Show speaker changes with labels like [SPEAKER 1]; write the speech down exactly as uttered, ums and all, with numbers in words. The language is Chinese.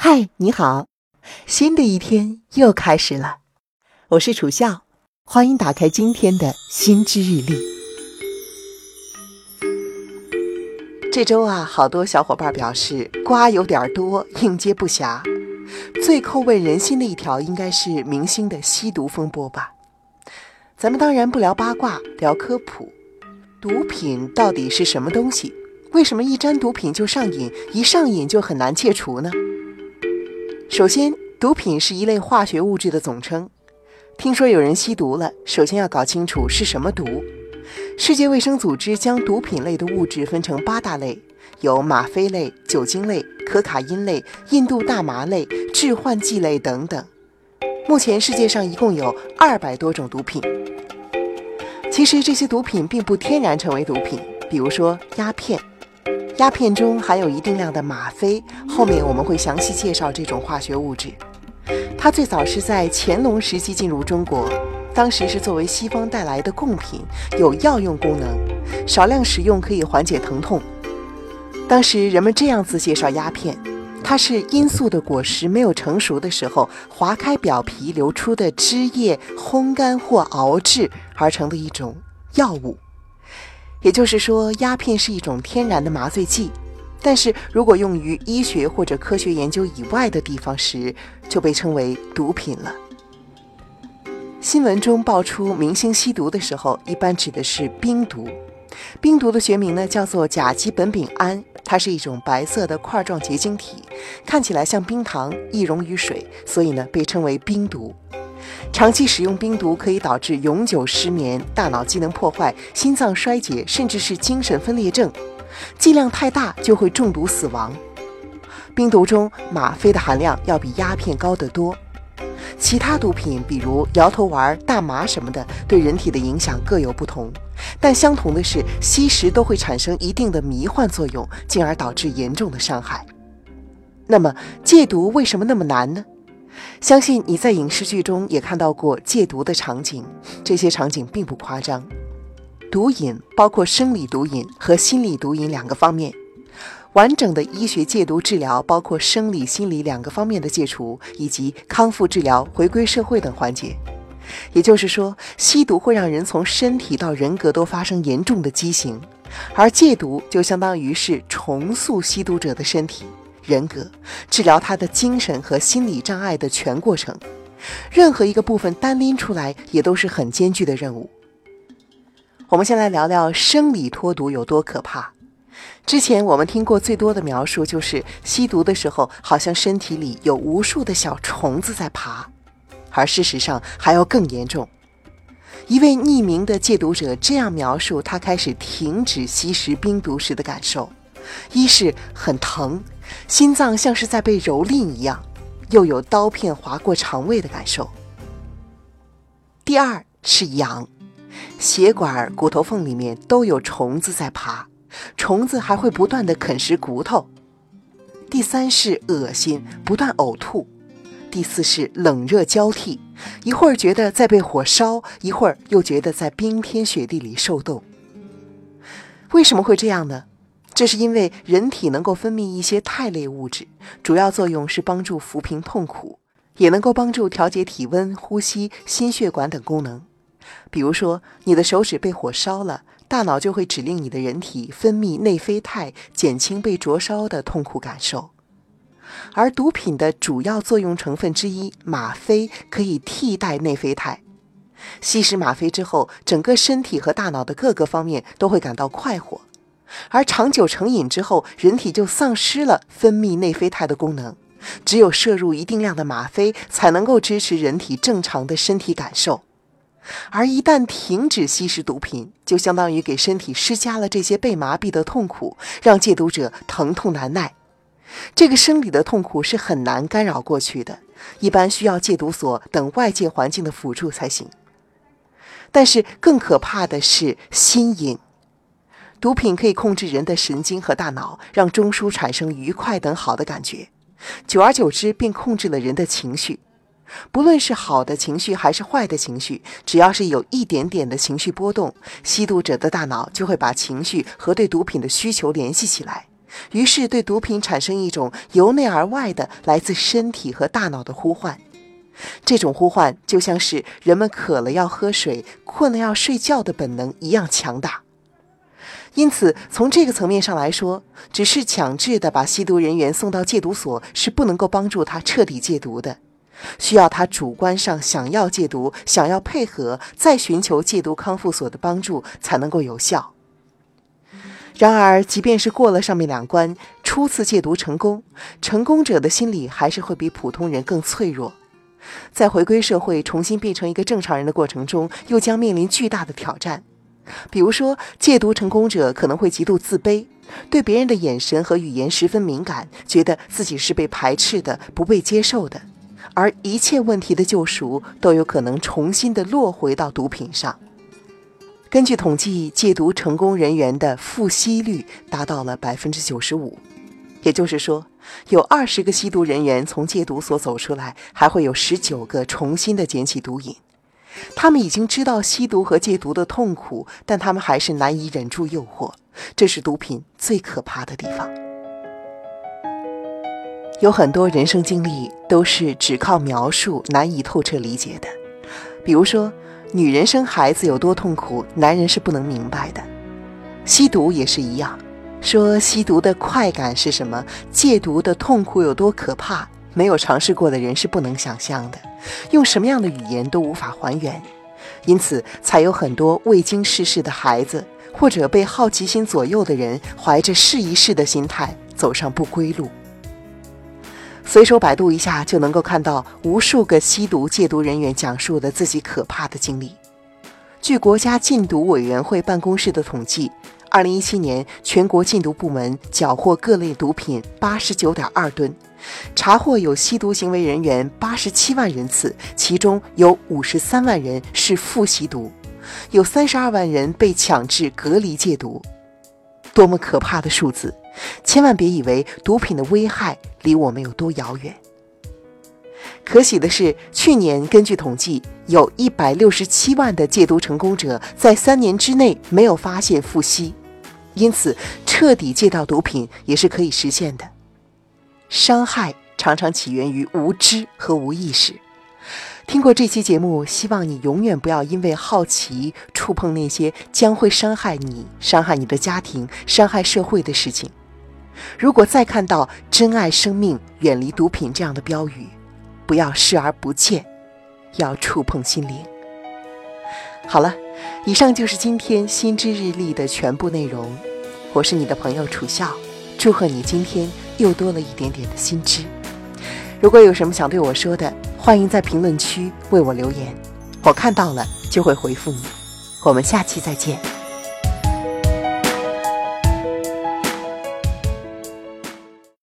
[SPEAKER 1] 嗨，你好，新的一天又开始了，我是楚笑，欢迎打开今天的心知日历。这周啊，好多小伙伴表示瓜有点多，应接不暇。最叩问人心的一条应该是明星的吸毒风波吧。咱们当然不聊八卦，聊科普。毒品到底是什么东西？为什么一沾毒品就上瘾，一上瘾就很难戒除呢？首先，毒品是一类化学物质的总称。听说有人吸毒了，首先要搞清楚是什么毒。世界卫生组织将毒品类的物质分成八大类，有吗啡类、酒精类、可卡因类、印度大麻类、致幻剂类等等。目前世界上一共有二百多种毒品。其实这些毒品并不天然成为毒品，比如说鸦片。鸦片中含有一定量的吗啡，后面我们会详细介绍这种化学物质。它最早是在乾隆时期进入中国，当时是作为西方带来的贡品，有药用功能，少量使用可以缓解疼痛。当时人们这样子介绍鸦片，它是罂粟的果实没有成熟的时候，划开表皮流出的汁液烘干或熬制而成的一种药物。也就是说，鸦片是一种天然的麻醉剂，但是如果用于医学或者科学研究以外的地方时，就被称为毒品了。新闻中爆出明星吸毒的时候，一般指的是冰毒。冰毒的学名呢叫做甲基苯丙胺，它是一种白色的块状结晶体，看起来像冰糖，易溶于水，所以呢被称为冰毒。长期使用冰毒可以导致永久失眠、大脑机能破坏、心脏衰竭，甚至是精神分裂症。剂量太大就会中毒死亡。冰毒中吗啡的含量要比鸦片高得多。其他毒品比如摇头丸、大麻什么的，对人体的影响各有不同，但相同的是吸食都会产生一定的迷幻作用，进而导致严重的伤害。那么戒毒为什么那么难呢？相信你在影视剧中也看到过戒毒的场景，这些场景并不夸张。毒瘾包括生理毒瘾和心理毒瘾两个方面。完整的医学戒毒治疗包括生理、心理两个方面的戒除，以及康复治疗、回归社会等环节。也就是说，吸毒会让人从身体到人格都发生严重的畸形，而戒毒就相当于是重塑吸毒者的身体、人格，治疗他的精神和心理障碍的全过程。任何一个部分单拎出来也都是很艰巨的任务。我们先来聊聊生理脱毒有多可怕。之前我们听过最多的描述就是吸毒的时候好像身体里有无数的小虫子在爬，而事实上还要更严重。一位匿名的戒毒者这样描述他开始停止吸食冰毒时的感受：一是很疼，心脏像是在被蹂躏一样，又有刀片划过肠胃的感受。第二是痒，血管、骨头缝里面都有虫子在爬，虫子还会不断地啃食骨头。第三是恶心，不断呕吐。第四是冷热交替，一会儿觉得在被火烧，一会儿又觉得在冰天雪地里受冻。为什么会这样呢？这是因为人体能够分泌一些肽类物质，主要作用是帮助抚平痛苦，也能够帮助调节体温、呼吸、心血管等功能。比如说，你的手指被火烧了，大脑就会指令你的人体分泌内啡肽，减轻被灼烧的痛苦感受。而毒品的主要作用成分之一吗啡可以替代内啡肽。吸食吗啡之后，整个身体和大脑的各个方面都会感到快活，而长久成瘾之后，人体就丧失了分泌内啡肽的功能，只有摄入一定量的吗啡才能够支持人体正常的身体感受。而一旦停止吸食毒品，就相当于给身体施加了这些被麻痹的痛苦，让戒毒者疼痛难耐。这个生理的痛苦是很难干扰过去的，一般需要戒毒所等外界环境的辅助才行。但是更可怕的是心瘾。毒品可以控制人的神经和大脑，让中枢产生愉快等好的感觉，久而久之便控制了人的情绪。不论是好的情绪还是坏的情绪，只要是有一点点的情绪波动，吸毒者的大脑就会把情绪和对毒品的需求联系起来， 于是对毒品产生一种由内而外的来自身体和大脑的呼唤。这种呼唤就像是人们渴了要喝水，困了要睡觉的本能一样强大。因此，从这个层面上来说，只是强制地把吸毒人员送到戒毒所是不能够帮助他彻底戒毒的，需要他主观上想要戒毒，想要配合，再寻求戒毒康复所的帮助才能够有效。然而，即便是过了上面两关，初次戒毒成功，成功者的心理还是会比普通人更脆弱。在回归社会重新变成一个正常人的过程中，又将面临巨大的挑战。比如说，戒毒成功者可能会极度自卑，对别人的眼神和语言十分敏感，觉得自己是被排斥的，不被接受的，而一切问题的救赎都有可能重新的落回到毒品上。根据统计，戒毒成功人员的复吸率达到了 百分之九十五， 也就是说，有二十个吸毒人员从戒毒所走出来，还会有十九个重新的捡起毒瘾。他们已经知道吸毒和戒毒的痛苦，但他们还是难以忍住诱惑，这是毒品最可怕的地方。有很多人生经历都是只靠描述难以透彻理解的，比如说，女人生孩子有多痛苦，男人是不能明白的。吸毒也是一样，说吸毒的快感是什么，戒毒的痛苦有多可怕，没有尝试过的人是不能想象的，用什么样的语言都无法还原。因此才有很多未经世事的孩子，或者被好奇心左右的人，怀着试一试的心态走上不归路。随手百度一下就能够看到无数个吸毒戒毒人员讲述的自己可怕的经历。据国家禁毒委员会办公室的统计，二零一七年全国禁毒部门缴获各类毒品 八十九点二吨，查获有吸毒行为人员八十七万人次，其中有五十三万人是复吸毒，有三十二万人被强制隔离戒毒。多么可怕的数字！千万别以为毒品的危害离我们有多遥远。可喜的是，去年根据统计，有一百六十七万的戒毒成功者在三年之内没有发现复吸，因此彻底戒掉毒品也是可以实现的。伤害常常起源于无知和无意识。听过这期节目，希望你永远不要因为好奇触碰那些将会伤害你、伤害你的家庭、伤害社会的事情。如果再看到珍爱生命、远离毒品这样的标语，不要视而不见，要触碰心灵。好了，以上就是今天心知日历的全部内容。我是你的朋友楚笑，祝贺你今天又多了一点点的心知。如果有什么想对我说的，欢迎在评论区为我留言，我看到了就会回复你。我们下期再见。